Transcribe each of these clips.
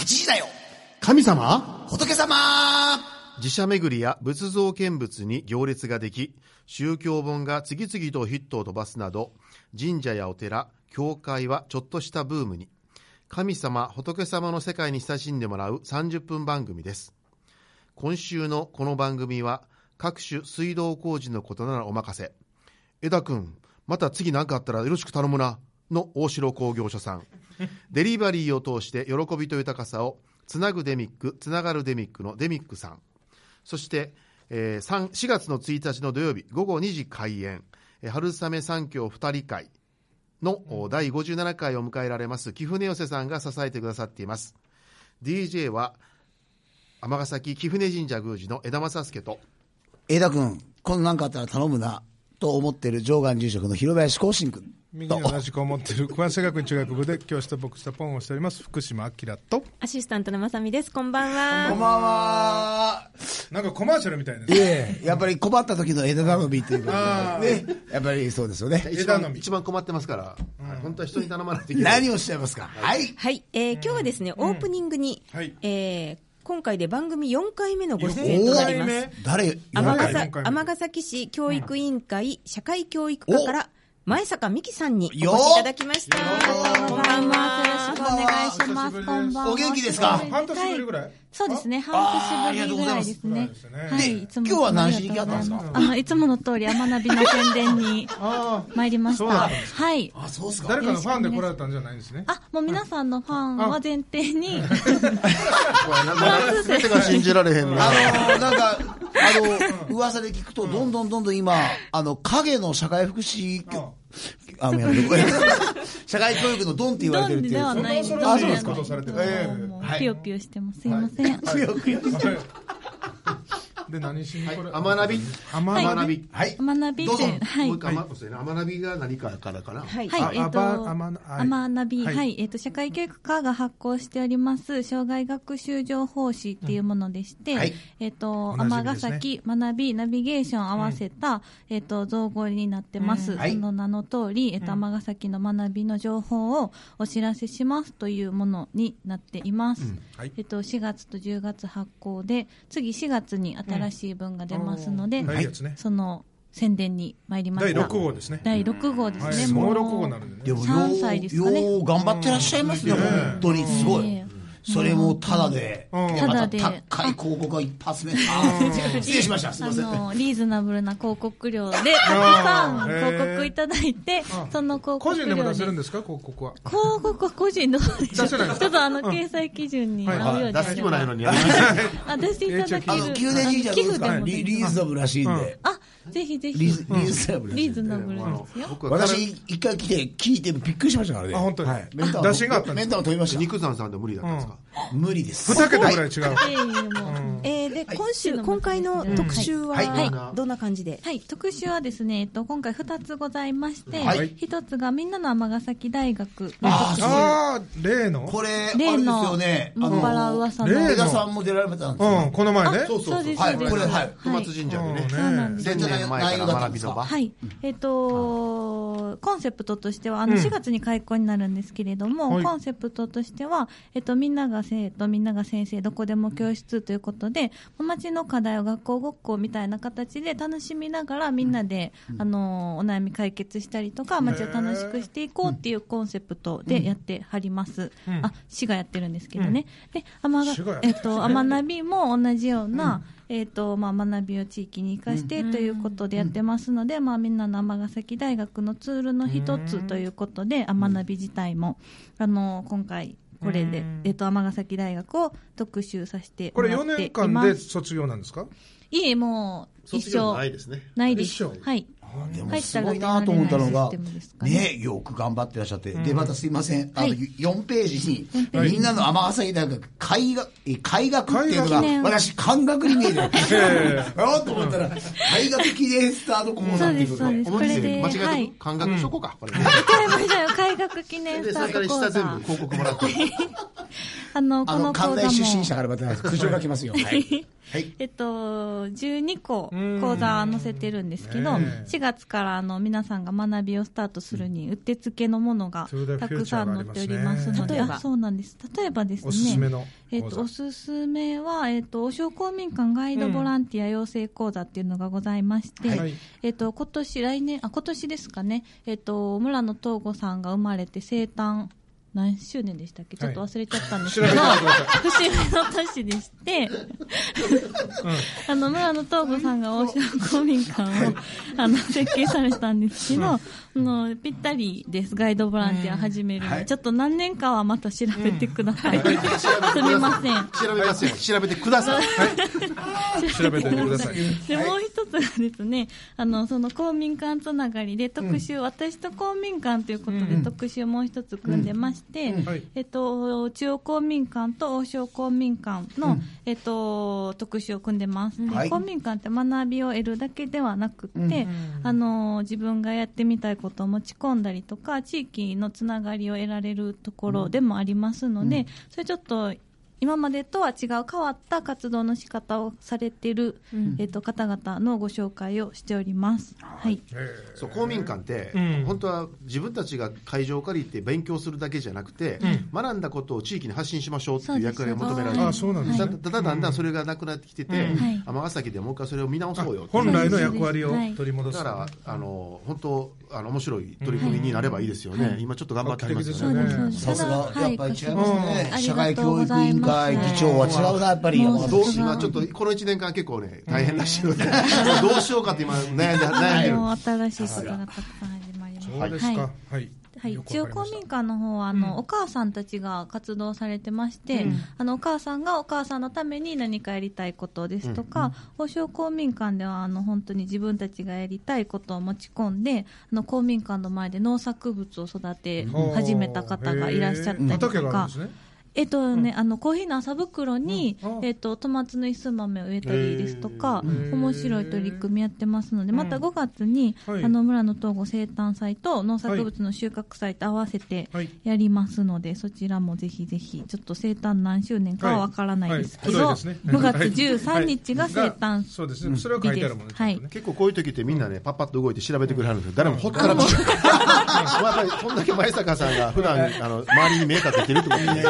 8時だよ。 神様、 仏様。 寺社巡りや仏像見物に行列ができ、宗教本が次々とヒットを飛ばすなど、神社やお寺、教会はちょっとしたブームに。神様、仏様の世界に親しんでもらう30分番組です。今週のこの番組は、各種水道工事のことならお任せ。江田くん、また次何かあったらよろしく頼むな、の大城工業所さん。デリバリーを通して喜びと豊かさをつなぐデミック、つながるデミックのデミックさん。そして、4月の1日の土曜日午後2時開演、春雨三協二人会の第57回を迎えられます貴船寄せさんが支えてくださっています。 DJ は尼崎貴船神社宮司の枝正助と、 江田君、今度何かあったら頼むなと思っている上岸住職の広林光信君、 右に同じく思っている小安学院中学部で教師と牧師とポンをしております福島明とアシスタントのまさみです。こんばんは。 こんばんは。 なんかコマーシャルみたいですね。 やっぱり困った時の枝頼みっていうか、ね、やっぱりそうですよね。 一番困ってますから、本当は人に頼まないといけない。 何をおっしゃいますか。はい、 はい。今日はですね、オープニングに、今回で番組4回目のご出演となります。 誰？ 尼崎市教育委員会社会教育課から前坂美希さんにお越しいただきました。 こんばんは。よろしくお願いします。こんばんは。 お元気ですか？ 半年ぶりぐらい？ そうですね、半年ぶりぐらいですね。はい。 今日は何しに来たんですか？ いつもの通り天ナビの宣伝に参りました。はい。 あ、そうですか。 誰かのファンで来られたんじゃないんですね。 もう皆さんのファンは前提に。 全てが信じられへんな。 なんか噂で聞くとどんどん今影の社会福祉社会教育のドンって言われてるっていう。 ドンではない。 そういうことされてる。 ピヨピヨしてます。すいません。 で、何しにこれ？ 天ナビ。 天ナビ。 はい。 天ナビで、はい。 天ナビが何かからかな。 はい。天ナビ、はい。社会教育課が発行しております障害学習情報誌っていうものでして、尼崎学びナビゲーション合わせた造語になってます。その名の通り、尼崎の学びの情報をお知らせしますというものになっています。4月と10月発行で、次4月に新しい文が出ますので、その宣伝に参りました。 第6号ですね。 第6号ですね。 もう6号になるんでね。 でも 3歳ですかね。 よう頑張ってらっしゃいますね、本当にすごい。それもタダで、高い広告が一発目。失礼しました。すみません。 リーズナブルな広告料でたくさん広告いただいて、その広告個人でも出せるんですか、広告は？ 広告は個人で出せない。ちょっと掲載基準に合うように。 出す気もないのに。 出していただける。 9年神社どうですか？リーズナブルらしいんで。 ぜひぜひ。 リーズナブルですよ。 私一回聞いてびっくりしましたからね。 本当に。 打診があったんです。メンタル飛びました。 肉山さんで無理だったんですか？ 無理です。 2桁ぐらい違う。 で、今回の特集はどんな感じで？ はい、特集はですね、今回2つございまして、1つがみんなの尼崎大学の特集。 例のこれ、あれですよね。 もっぱら噂の。 江田さんも出られたんですよ。 この前ね。 そうです。 はい、これ、はい。 小松神社にね。 そうなんです。 1000年前から学びの場。 はい。コンセプトとしては、4月に開校になるんですけれども、コンセプトとしては、みんなが生徒、みんなが先生、どこでも教室ということで、街の課題を学校ごっこみたいな形で楽しみながら、みんなで、お悩み解決したりとか、街を楽しくしていこうっていうコンセプトでやってはります。市がやってるんですけどね。で、尼ナビも同じような、学びを地域に生かしてということでやってますので、みんなの尼崎大学のツールの一つということで、尼ナビ自体も、今回、これで、尼崎大学を特集させてもらっています。 これ4年間で卒業なんですか？ いえ、もう、一生。 ないですね。 ないです。はい。 でもすごいなと思ったのが、ね、よく頑張ってらっしゃって、で、またすいません、4ページに、みんなの尼崎大学、開学っていうのが、私、漢学に見える。と思ったら、開学記念スタート講座っていうことで。 これで、 間違えて漢学しとこうか、これ。 開大学記念スタート講座。 下全部広告もらって。 この講座も。 関西出身者からまた苦情が来ますよ。はい。はい、 12個講座載せてるんですけど、4月から皆さんが学びをスタートするにうってつけのものがたくさん載っておりますので、そうなんです。例えばですね、 おすすめのおすすめは、王将公民館ガイドボランティア養成講座っていうのがございまして、はい、今年ですかね、村野東吾さんが生まれて生誕何周年でしたっけ、ちょっと忘れちゃったんですけど、節目の年でして、村野東吾さんが王将公民館を設計されたんですけど、ぴったりです。ガイドボランティア始めるので、ちょっと何年かはまた調べてください。すみません。 調べますよ。調べてください。 調べてください。 で、もう一つがですね、その公民館つながりで特集、私と公民館ということで特集もう一つ組んでまして、中央公民館と王将公民館の、特集を組んでます。公民館って学びを得るだけではなくて、自分がやってみたいことを持ち込んだりとか、地域のつながりを得られるところでもありますので、それちょっと今までとは違う変わった活動の仕方をされている、方々のご紹介をしております。はい。 そう、公民館って、本当は自分たちが会場を借りて勉強するだけじゃなくて、学んだことを地域に発信しましょうっていう役割を求められている。 そうなんですね。 ただだんだんそれがなくなってきてて、尼崎でもう一回それを見直そうよ。 本来の役割を取り戻す。 だから、本当、面白い取り組みになればいいですよね。今ちょっと頑張ってありますよね。 さすが、やっぱり違いますね。社会教育委員会議長は違うな、やっぱり。 今ちょっとこの1年間結構ね、大変らしいので、どうしようかって今悩んでる。 新しいことがたくさん始まります。 そうですか。はい。 はい、中央公民館の方はお母さんたちが活動されてまして、お母さんがお母さんのために何かやりたいことですとか、王将公民館では本当に自分たちがやりたいことを持ち込んで、公民館の前で農作物を育て始めた方がいらっしゃったりとか。コーヒーの朝袋に、トマツのイス豆を植えたりですとか、面白い取り組みやってますので、また5月に、村野東吾生誕祭と農作物の収穫祭と合わせてやりますので、そちらもぜひぜひ、ちょっと生誕何周年かはわからないですけど、5月13日が生誕日です。 そうですね。それは書いてあるもんね。 結構こういう時ってみんなね、パッパッと動いて調べてくれるんですけど、誰もほったらかし。やっぱりこんだけ前坂さんが普段、周りに見えかけてるってことね。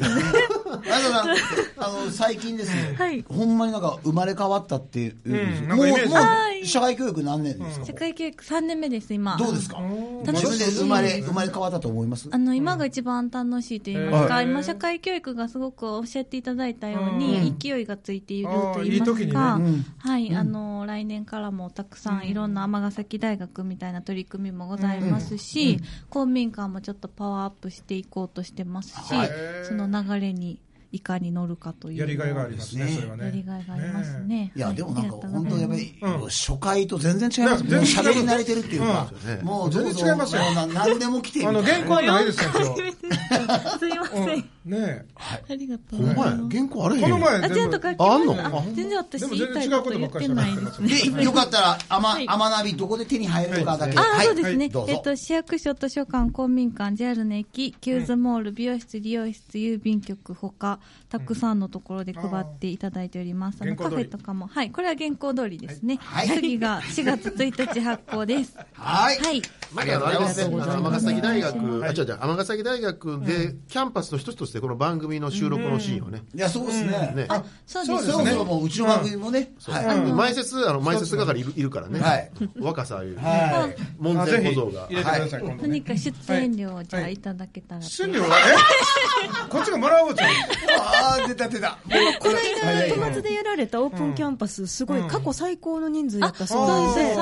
最近ですね、ほんまになんか生まれ変わったっていう、もう社会教育何年ですか？ 社会教育3年目です、今。 どうですか？自分で生まれ変わったと思います？ 今が一番楽しいと言いますか、今社会教育がすごくおっしゃっていただいたように、勢いがついていると言いますか、はい、来年からもたくさんいろんな尼崎大学みたいな取り組みもございますし、公民館もちょっとパワーアップしていこうとしてますし、その流れにいかに乗るかというやりがいがありますね。それはね。 やりがいがありますね。 いやでもなんか本当やっぱり初回と全然違います。もう喋り慣れてるっていうか、もう全然違いますよ。何でも来てる。 原稿ないですよ今日。 すいません。 ねえ。 ありがとう。 この前原稿あれへん。 この前ちゃんと書きました。全然私言いたいこと言ってないですね。 よかったら甘ナビどこで手に入るかだけ。 そうですね。市役所図書館公民館 JR の駅キューズモール美容室理容室郵便局ほかたくさんのところで配っていただいております。カフェとかも、はい、これは原稿通りですね。次が4月1日発行です。 はい。 ありがとうございます。尼崎大学、尼崎大学でキャンパスの一つとしてこの番組の収録のシーンをね。 いや、そうですね。 そうですね。 そろそろもううちの番組もね。 前説係いるからね。若さいう。門前小僧が。 何か出演料をじゃあいただけたら。 出演料はこっちがもらおうじゃん。 出た。 この間、戸松でやられたオープンキャンパス、すごい過去最高の人数やったそうで、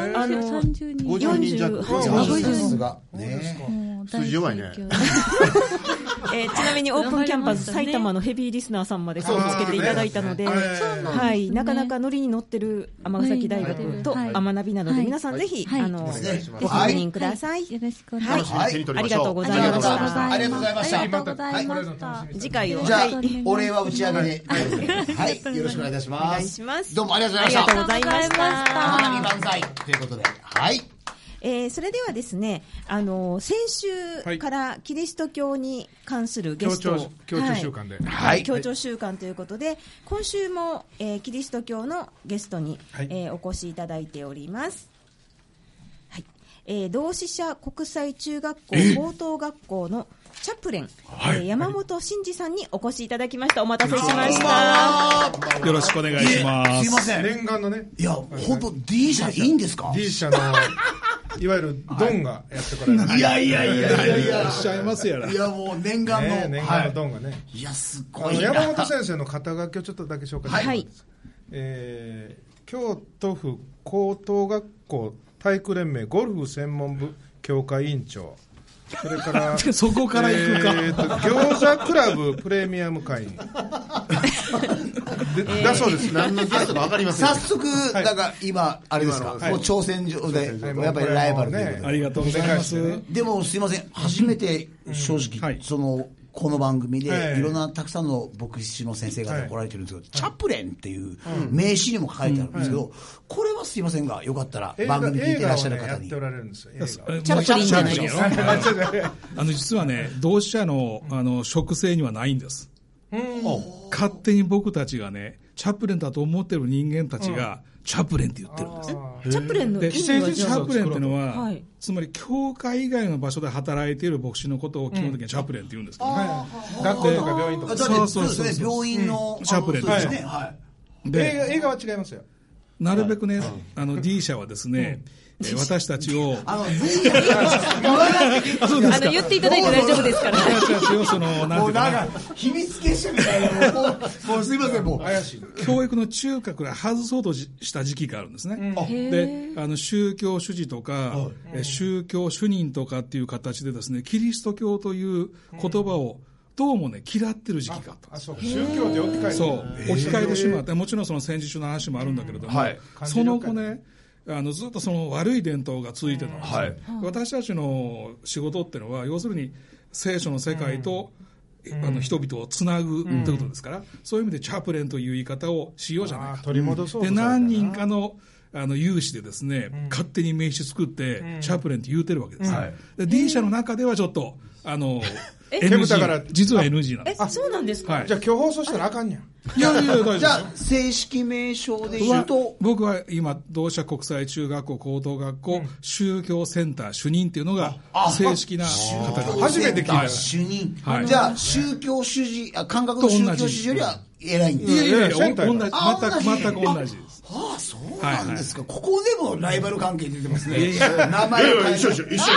30人。 50人弱。 さすが。 数字弱いね。 ちなみにオープンキャンパス埼玉のヘビーリスナーさんまで顔をつけていただいたので、はい、なかなかノリに乗ってる尼崎大学と尼ナビなので、皆さんぜひご確認ください。 よろしくお願いします。 ありがとうございました。 ありがとうございました。 ありがとうございました。 次回を。 じゃあ、お礼は打ち上げで。はい、よろしくお願いいたします。 お願いします。 どうもありがとうございました。 ありがとうございました。 尼ナビ万歳ということで、はい。 それではですね、先週からキリスト教に関するゲストを協調週間で、 協調週間ということで、今週も、キリスト教のゲストに、お越しいただいております。同志社国際中学校高等学校のチャプレン、山本真二さんにお越しいただきました。お待たせしました。 よろしくお願いします。 すいません。 念願のね。 いや、本当 D 社いいんですか？ D 社のいわゆるドンがやってこられます。 いやいらっしゃいますやら。 いや、もう念願の念願のドンがね。 いや、すごいな。 山本先生の肩書きをちょっとだけ紹介します。京都府高等学校体育連盟ゴルフ専門部協会委員長、それからそこから行くか、 餃子クラブプレミアム会員だそうです。 何のゲストか分かりません。 早速、なんか今あれですか、もう挑戦状でやっぱりライバルということで、 ありがとうございます。 でもすいませ初めて正直この番組でいろんなたくさんの牧師の先生が来られてるんですけど、チャプレンっていう名詞にも書かれてあるんですけど、これはすいませんがよかったら番組聞いてらっしゃる方に。 チャプリンじゃないですか。 実はね、同志社の職制にはないんです。勝手に僕たちがね、チャプレンだと思ってる人間たちがチャプレンって言ってるんです。 チャプレンの意味はチャプレンっていうのは、つまり教会以外の場所で働いている牧師のことを基本的にチャプレンって言うんですけど、 学校とか病院とか。 そうですね、病院のチャプレンですね。 映画は違いますよ。 なるべくね、D 社はですね、私たちを言っていただいて大丈夫ですから。 私たちをなんていうかな、 秘密結社みたいな、もうすいません、もう怪しい教育の中核から外そうとした時期があるんですね。で、宗教主事とか宗教主任とかっていう形でですね、キリスト教という言葉をどうもね、嫌ってる時期があったんです。 宗教で置き換えて、 そう置き換えてしまって、もちろんその戦時中の話もあるんだけれども、その後ね、ずっとその悪い伝統が続いてたんですよ。私たちの仕事っていうのは、要するに聖書の世界と、人々をつなぐということですから、そういう意味でチャプレンという言い方をしようじゃないかと。で、何人かの有志でですね、勝手に名詞作って、チャプレンって言うてるわけです。で、D 社の中ではちょっと、NG、実は NG なんです。 そうなんですか。 じゃあ今日放送したらあかんやん。 いや大丈夫。 じゃあ正式名称で言うと、 僕は今同志社国際中学校高等学校宗教センター主任っていうのが正式な方が初めて聞いた。 主任。じゃあ宗教主事、感覚の宗教主事よりは偉いんです。 いや全く同じです。 そうなんですか。ここでもライバル関係出てますね。名前を変え一緒。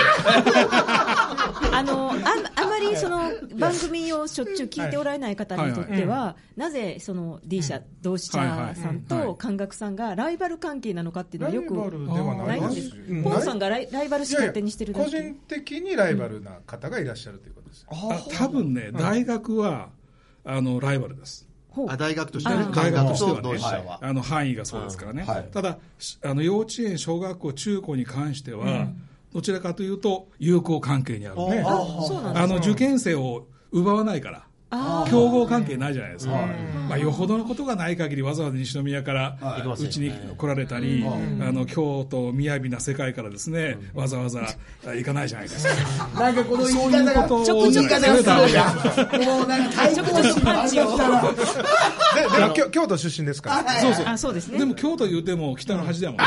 あまりその番組をしょっちゅう聞いておられない方にとっては、なぜその D 社、同志社さんと関学さんがライバル関係なのかっていうのはよくないんです。ポンさんがライバル視勝手にしてるだけ。 個人的にライバルな方がいらっしゃるということです。 多分ね、大学はライバルです。 大学としてね、 大学としては同志社は範囲がそうですからね。ただ幼稚園、小学校、中高に関しては、どちらかというと友好関係にあるね。受験生を奪わないから。競合関係ないじゃないですか。よほどのことがない限りわざわざ西宮からうちに来られたり、京都雅な世界からですね、わざわざ行かないじゃないですか。 なんかこの言い方がちょっと言い方がすごいな。もうなんか対抗心がありましたら。 でも京都出身ですから。 そうですね。 でも京都言うても北の端だもんね。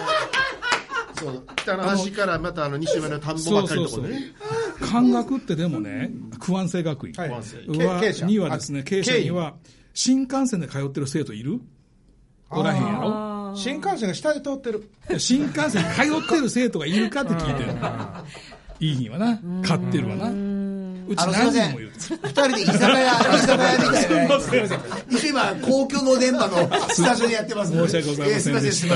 北の端からまた西宮の田んぼばっかりのところね。 関学ってでもね、九安生学院にはですね、経営者には新幹線で通ってる生徒いる？おらへんやろ？ 新幹線が下で通ってる。 新幹線通ってる生徒がいるかって聞いてる。いいにはな、買ってるわな。うち何人も言う。 二人で居酒屋みたいな。すみません。今、公共の電波のスタジオでやってますので。 申し訳ございませんでした。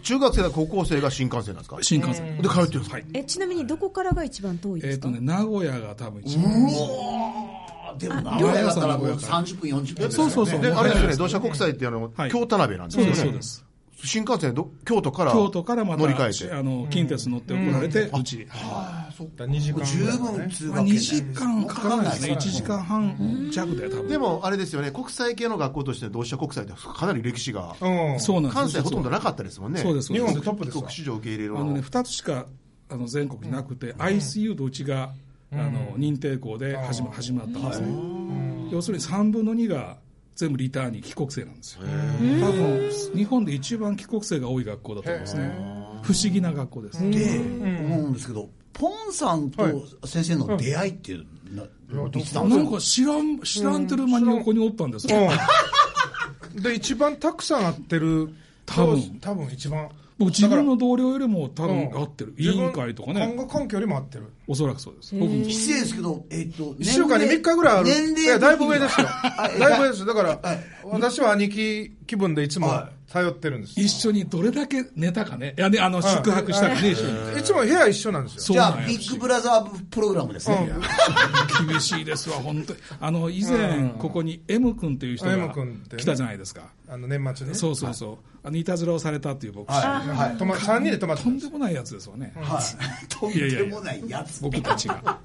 中学生か高校生が新幹線なんですか？ 新幹線。 で、通ってるんですか？ ちなみにどこからが一番遠いですか？ 名古屋が多分一番。 でも名古屋だったらもう30分、40分。 そう。 で、あれですよね、同志社国際って京田辺なんですよね。 そうです。 新幹線京都からまた乗り換えて近鉄乗って送られてうち。 そっか。 2時間十分通学 2時間かからないですね。1時間半弱で多分。 でもあれですよね、国際系の学校として同志社国際ってかなり歴史が、 そうなんです。 関西ほとんどなかったですもんね。 そうです。 日本でトップです。 帰国子女受け入れるの。2つしか全国になくて、ICU とうちが認定校で始まったんですね。要するに3分の2が全部リターンに帰国生なんですよ。多分日本で一番帰国生が多い学校だと思いますね。不思議な学校です。 で、思うんですけど、ポンさんと先生の出会いっていうなんか知らんてる間に横におったんですよ。 で一番たくさん会ってる、多分一番。 自分の同僚よりも多分合ってる。委員会とかね。 看護環境よりも合ってる。 おそらくそうです。 僕も失礼ですけど、 1週間に3日ぐらいある。 年齢いや、だいぶ上ですよ。だいぶ上です。だから、私は兄貴気分でいつも頼ってるんです。 一緒にどれだけ寝たかね。いやね、宿泊したかね、一緒に。 いつも部屋一緒なんですよ。 じゃあ、ビッグブラザープログラムですね。 厳しいですわ、本当に。以前、ここに M 君っていう人が来たじゃないですか。 年末ね。 そうそうそう。いたずらをされたっていう牧師。 3人で泊まってとんでもないやつですよね。 とんでもないやつ。 僕たちが。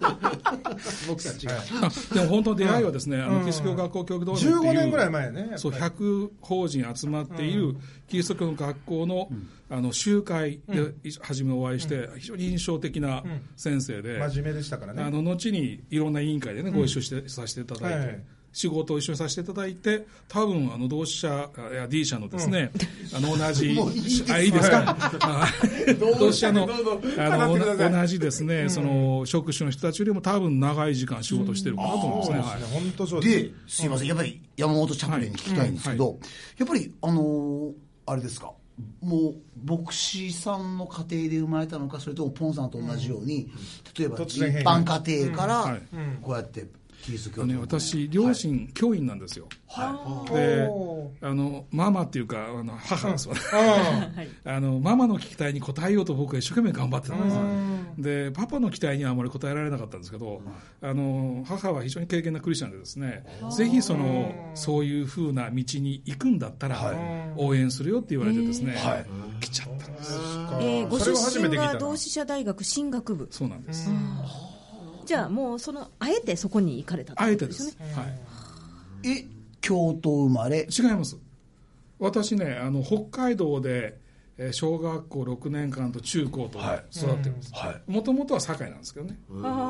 でも本当の出会いはですね、キリスト教学校教育同盟っていう 15年ぐらい前ね。 そう、100法人集まっているキリスト教の学校の集会で初めお会いして、非常に印象的な先生で、 真面目でしたからね。 後にいろんな委員会でね、ご一緒させていただいて、仕事を一緒にさせていただいて、多分同志社や D 社のですね、同じ、いいですか、同志社の同じですね、その職種の人たちよりも多分長い時間仕事してるかなと思いますね。 本当そうです。 で、すいません、やっぱり山本チャプレンに聞きたいんですけど、やっぱりあれですか、もう牧師さんの家庭で生まれたのか、それともポンさんと同じように、例えば一般家庭からこうやって私、両親教員なんですよ。で、ママっていうか母ですわ。ママの期待に応えようと僕は一生懸命頑張ってたんです。で、パパの期待にはあまり応えられなかったんですけど、母は非常に敬虔なクリスチャンでですね、ぜひそういう風な道に行くんだったら応援するよって言われてですね、来ちゃったんです。 ご出身は同志社大学神学部。 そうなんです。 じゃあもうあえてそこに行かれたってことですよね。 あえてです。 京都生まれ？ 違います。私ね、北海道で小学校6年間と中高と育ってるんです。もともとは堺なんですけどね。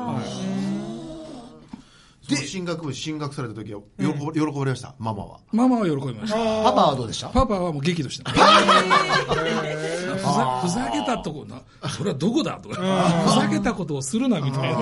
で、進学部進学された時は喜ばれました、ママは。 ママは喜びました。 パパはどうでした？ パパはもう激怒した。ふざけたとこな、それはどこだとか、ふざけたことをするなみたいな。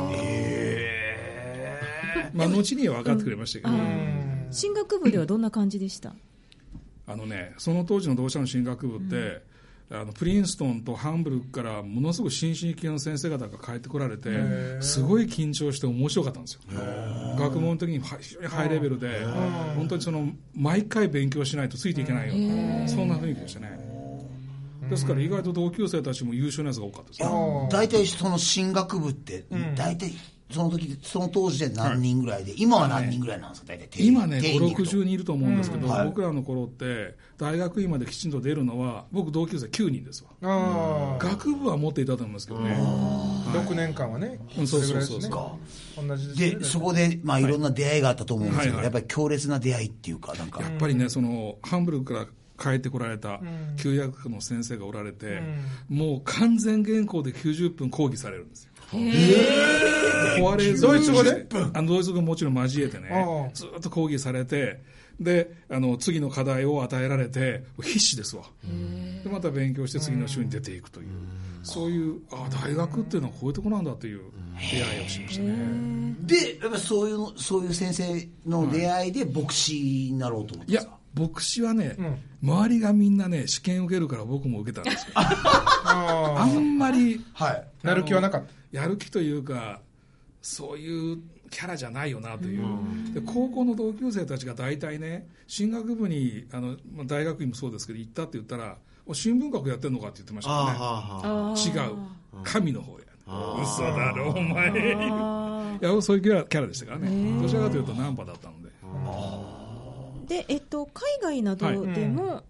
まあ後には分かってくれましたけど。 進学部ではどんな感じでした？ その当時の同志社の進学部って、プリンストンとハンブルクからものすごく新進気鋭の先生方が帰ってこられて、すごい緊張して面白かったんですよ。学問的に非常にハイレベルで、本当に毎回勉強しないとついていけないような、そんな雰囲気でしたね。ですから意外と同級生たちも優秀なやつが多かったです。 大体その進学部って大体その当時で何人ぐらいで、今は何人ぐらいなんですか？大体今ね5、60人いると思うんですけど、僕らの頃って大学院まできちんと出るのは僕同級生9人ですわ。学部は持っていたと思いますけどね。 6年間はね。 そう同じでそこでいろんな出会いがあったと思うんですけど、やっぱり強烈な出会いっていうか、なんかやっぱりね、ハンブルクから帰ってこられた旧約学の先生がおられて、もう完全原稿で90分講義されるんですよ。ドイツ語でドイツ語もちろん交えてね、ずっと講義されて、で次の課題を与えられて必死ですわ。でまた勉強して次の週に出ていくという、そういう大学っていうのはこういうとこなんだという出会いをしましたね。 でやっぱそういう先生の出会いで牧師になろうと思ってますか？ 牧師はね、周りがみんなね試験受けるから僕も受けたんですよ。あんまり、 やる気はなかった。 やる気というかそういうキャラじゃないよなという。で高校の同級生たちが大体ね、進学部に大学院もそうですけど行ったって言ったら、新聞学やってんのかって言ってましたよね。違う、神の方や。嘘だろお前。いやそういうキャラでしたからね。どちらかというとナンパだったので。 で海外などでも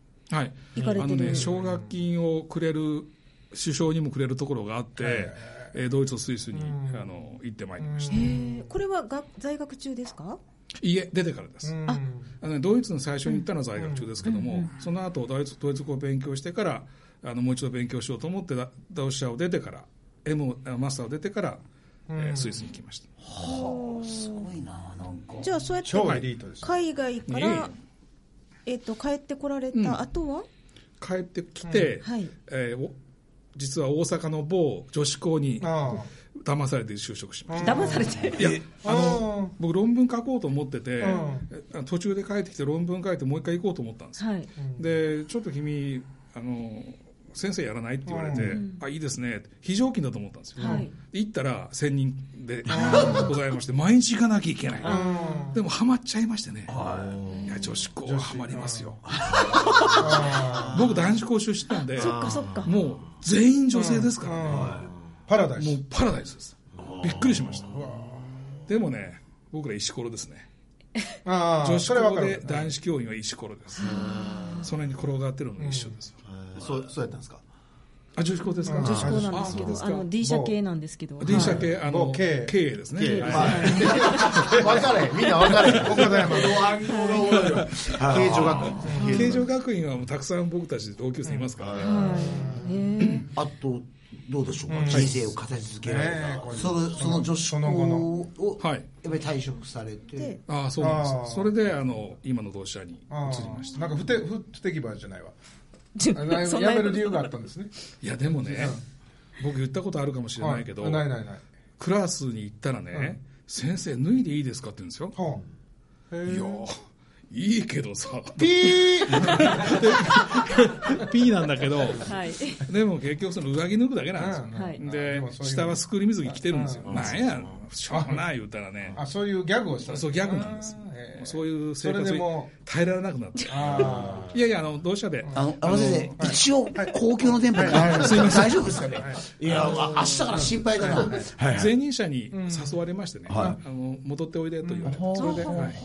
行かれてる、 奨学金をくれる、首相にもくれるところがあって、 ドイツとスイスに行ってまいりました。 これは在学中ですか？ いいえ、出てからです。ドイツの最初に行ったのは在学中ですけども、その後ドイツ語を勉強してからもう一度勉強しようと思ってドイツ社を出てから、マスターを出てから、スイスに行きました。 すごいな。なんかじゃあそうやって海外から帰ってこられた後は、 帰ってきて、実は大阪の某女子校に騙されて就職しました。 騙されて？ いや、僕論文書こうと思ってて、途中で帰ってきて論文書いてもう一回行こうと思ったんですよ。でちょっと君先生やらないって言われて、いいですね、非常勤だと思ったんですよ。行ったら専任でございまして、毎日行かなきゃいけない。でもハマっちゃいましてね。いや、女子校はハマりますよ。僕男子校出身なんで、もう全員女性ですからね。 パラダイス。 もうパラダイスです。びっくりしました。でもね、僕ら石ころですね。女子校で男子教員は石ころです。その辺に転がってるのも一緒です。 そうやったんですか？ 女子校ですか？ 女子校なんですけど、D 社系なんですけど。 D 社系、経営ですね。 分かれ、みんな分かれ。岡山の経常学院はたくさん僕たち同級生いますからね。 あとどうでしょうか、人生を形付けられた、その女子校をやっぱり退職されて、 そうなんです。それで今の同志社に移りました。 なんか不適場じゃないわ。辞める理由があったんですね。 いやでもね、僕言ったことあるかもしれないけど、クラスに行ったらね、先生脱いでいいですかって言うんですよ。いやいいけどさ、ピーなんだけど、でも結局その上着脱ぐだけなんですよ。で下はすくり水着着てるんですよ。なんやしょうがない言ったらね、 そういうギャグをした。 そうギャグなんです。そういう生活に耐えられなくなって。いや同志社で先生、一応公共の電波大丈夫ですかね？いや明日から心配だな。 前任者に誘われましてね、戻っておいでと言われて、それで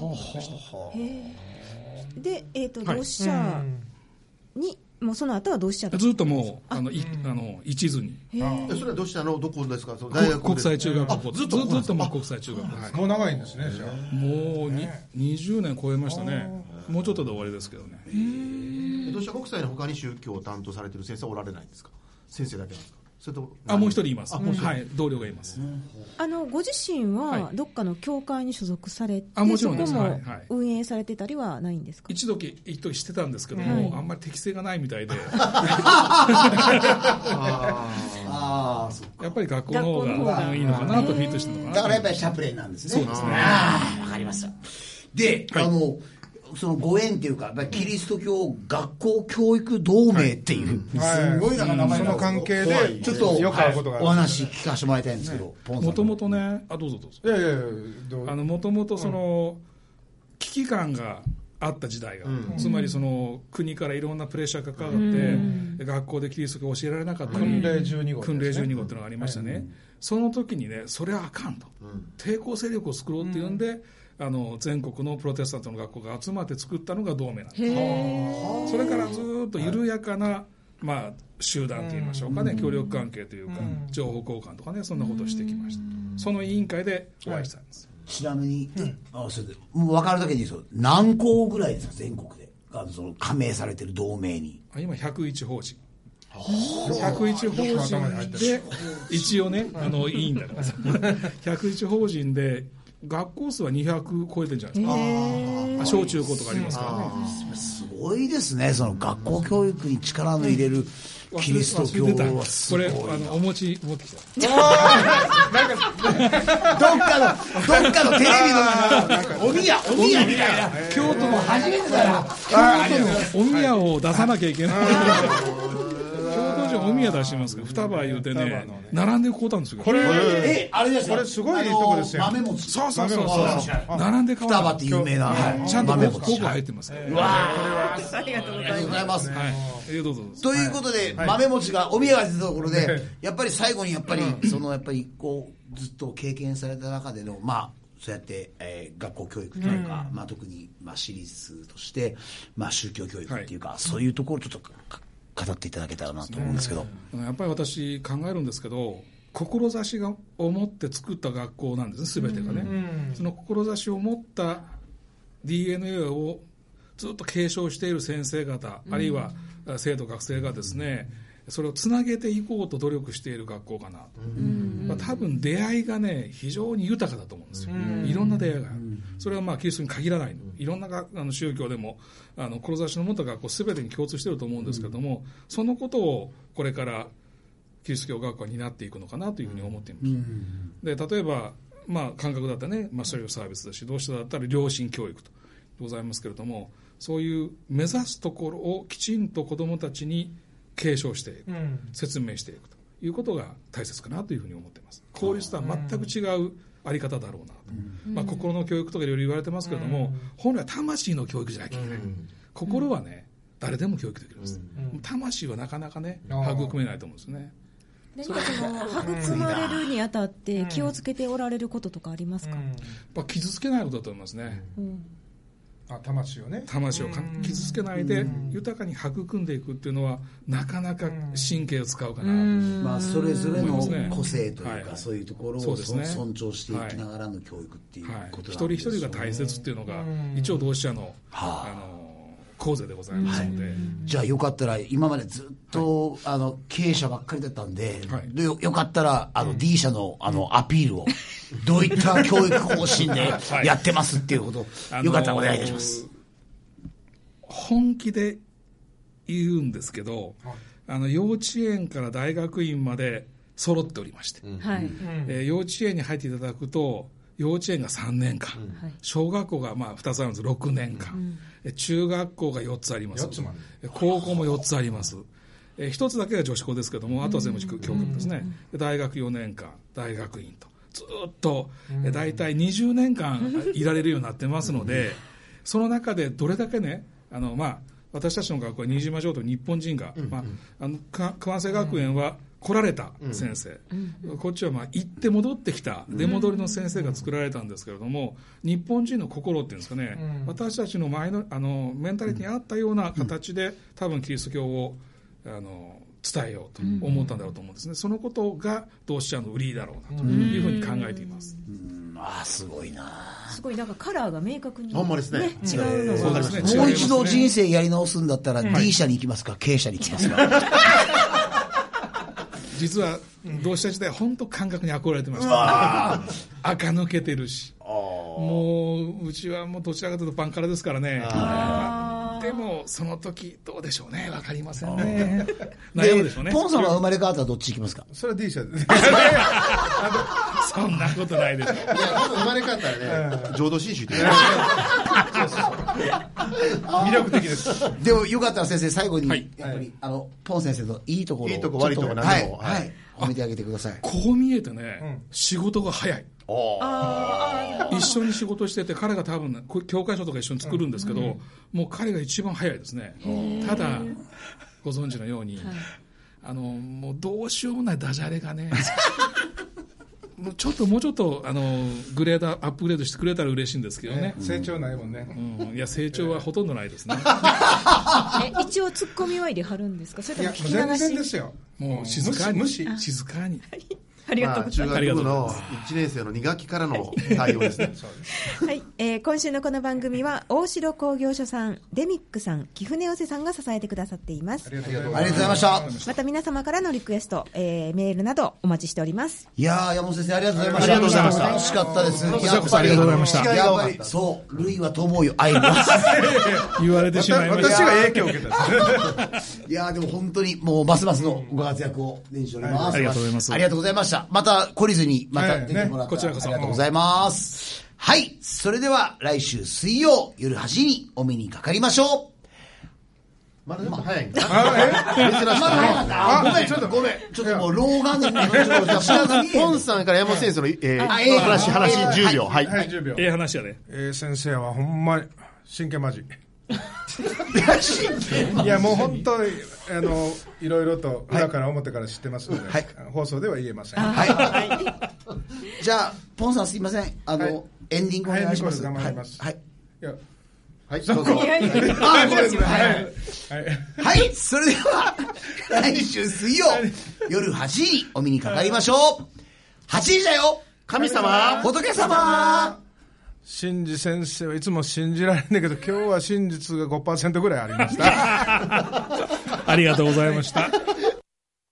で同志社にもうその後は同志社ずっともう一途に。 それはどうしたの？どこですか？大学国際中学校。ずっともう国際中学校。 もう長いんですね。じゃあもう20年超えましたね。もうちょっとで終わりですけどね。 同志社国際の他に宗教を担当されている先生はおられないんですか？先生だけなんですか？それともう一人います。同僚がいます。 ご自身はどっかの教会に所属されて、 もちろんです。 そこも運営されてたりはないんですか？ 一時してたんですけども、あんまり適性がないみたいで、やっぱり学校の方がいいのかなとフィットしてるのかな。 だからやっぱりシャプレンなんですね。 そうですね。 わかりました。で、そのご縁っていうか、キリスト教学校教育同盟っていう、すごい名前その関係でちょっとお話聞かせてもらいたいんですけど、 もともとね、どうぞ。もともとその危機感があった時代が、つまりその国からいろんなプレッシャーがかかって、学校でキリスト教を教えられなかったり、 訓令12号っていうのがありましたね。その時にね、それはあかんと、抵抗勢力を作ろうっていうんで、全国のプロテスタントの学校が集まって作ったのが同盟なんです。それからずっと緩やかな、集団といいましょうかね、協力関係というか、情報交換とかね、そんなことをしてきました。その委員会でお会いしたんです。 ちなみに、それで分かるだけでいいですよ。何校ぐらいですか、全国でその加盟されてる同盟に？ 今101法人。101法人で一応ね、委員だから101法人で学校数は200超えてるんじゃないですか。小中高とかありますからね。 すごいですね。その学校教育に力の入れるキリスト教はすごい。 これお餅持ってきた。 どっかのテレビのお宮みたいな。京都も初めてだな。 京都のお宮を出さなきゃいけない。お宮出しますから双葉言うてね、並んで買うたんですよ。 これあれですよ。 これすごいいいとこですよ。 豆餅。 そう並んで買う。 双葉って有名な。 ちゃんと5個入ってます。 わありがとうございます。 どうぞ。 ということで豆餅がお宮が出たところで、やっぱり最後にやっぱりこうずっと経験された中でのそうやって、学校教育というか、特に私立として宗教教育っていうか、そういうところちょっと語っていただけたらなと思うんですけど、 やっぱり私考えるんですけど、 志を持って作った学校なんですね、全てがね。その志を持った DNA をずっと継承している先生方、あるいは生徒学生がですね、それをつなげていこうと努力している学校かなと。多分出会いがね、非常に豊かだと思うんですよ。いろんな出会いがある。それはキリストに限らない。いろんな宗教でも志の持った学校全てに共通していると思うんですけれども、そのことをこれからキリスト教学校は担っていくのかなというふうに思っています。で、例えば、感覚だったらね、マスターサービスだし、同志だったら良心教育とございますけれども、そういう目指すところをきちんと子どもたちに継承していく、説明していくということが大切かなというふうに思っています。公立とは全く違うあり方だろうなと。心の教育とかいろいろ言われてますけれども、本来は魂の教育じゃなきゃいけない。心はね、誰でも教育できます。魂はなかなかね、育めないと思うんですね。 何か育まれるにあたって気をつけておられることとかありますか？ 傷つけないことだと思いますね。 魂をね、 魂を傷つけないで豊かに育んでいくっていうのはなかなか神経を使うかなと。 それぞれの個性というか、そういうところを尊重していきながらの教育っていうことなんですよね。 一人一人が大切っていうのが一応同志社の講座でございますので、 じゃあよかったら今までずっと経営者ばっかりだったんで、よかったらD 社のアピールをどういった教育方針でやってますっていうことをよかったらお願いいたします。 本気で言うんですけど、幼稚園から大学院まで揃っておりまして、幼稚園に入っていただくと幼稚園が3年間、小学校が2つあるんです6年間、中学校が4つあります。高校も4つあります。1つだけが女子校ですけども、あとは全部教科ですね。大学4年間、大学院と。ずっと、だいたい20年間いられるようになってますので、その中でどれだけね、私たちの学校は新島城と日本人が、熊瀬学園は来られた先生、こっちは行って戻ってきた出戻りの先生が作られたんですけれども、日本人の心っていうんですかね、私たちの前のメンタリティに合ったような形で多分キリスト教を伝えようと思ったんだろうと思うんですね。そのことが同志社の売りだろうなというふうに考えています。 すごいな。 すごいなんかカラーが明確に、 ほんまですね。 違うのが、 もう一度人生やり直すんだったら D 社に行きますか、K 社に行きますか。 実は同志社時代本当感覚に憧れてました。垢抜けてるし、もううちはもうどちらかというとバンカラですからね。でもその時どうでしょうね、わかりませんね。悩むでしょうね。 ポンさんは生まれ変わったらどっち行きますか？ それは D 社です。 そんなことないでしょう。 生まれ変わったらね、浄土真宗って魅力的です。 でもよかったら先生、最後にやっぱりポン先生のいいところを、 いいとこ悪いとこ何でも褒めてあげてください。 こう見えてね、仕事が早い。一緒に仕事してて、彼が多分ね、教科書とか一緒に作るんですけど、もう彼が一番早いですね。ただご存知のように、もうどうしようもないダジャレがねもうちょっとグレードアップグレードしてくれたら嬉しいんですけどね。 成長ないもんね。 いや、成長はほとんどないですね。 一応ツッコミは入れはるんですか？それとも聞き流し？ 全然ですよ。 もう静かに静かに。 ありがとうございます。 中学部の1年生の2学期からの対応ですね。 はい、今週のこの番組は大城工業所さん、デミックさん、貴船寄せさんが支えてくださっています。 ありがとうございました。 また皆様からのリクエスト、メールなどお待ちしております。 いやー、山本先生ありがとうございました。ありがとうございました。楽しかったです。 ありがとうございました。 やっぱりそう類は友よ愛に言われてしまいました。 私が影響を受けた。 いやー、でも本当にもうますますのご活躍を念じております。 ありがとうございます。 ありがとうございました。また懲りずにまた出てもらって、 こちらこそありがとうございます。はい、それでは来週水曜夜8時にお目にかかりましょう。 まだでも早いんだ。 ごめん、ちょっともう老眼でポンさんから山本先生の話10秒。はい、 10秒。 話やで。 先生はほんまに真剣マジ。いやもう本当にいろいろと裏から表から知ってますので、放送では言えません。 じゃあポンさんすいません、エンディングお願いします。 頑張ります。 はい、 どうぞ。 はい。 はい、それでは来週水曜夜8時にお見にかかりましょう。8時だよ、 神様、 仏様。 真治先生はいつも信じられんだけど、今日は真実が 5% ぐらいありました。 ありがとうございました。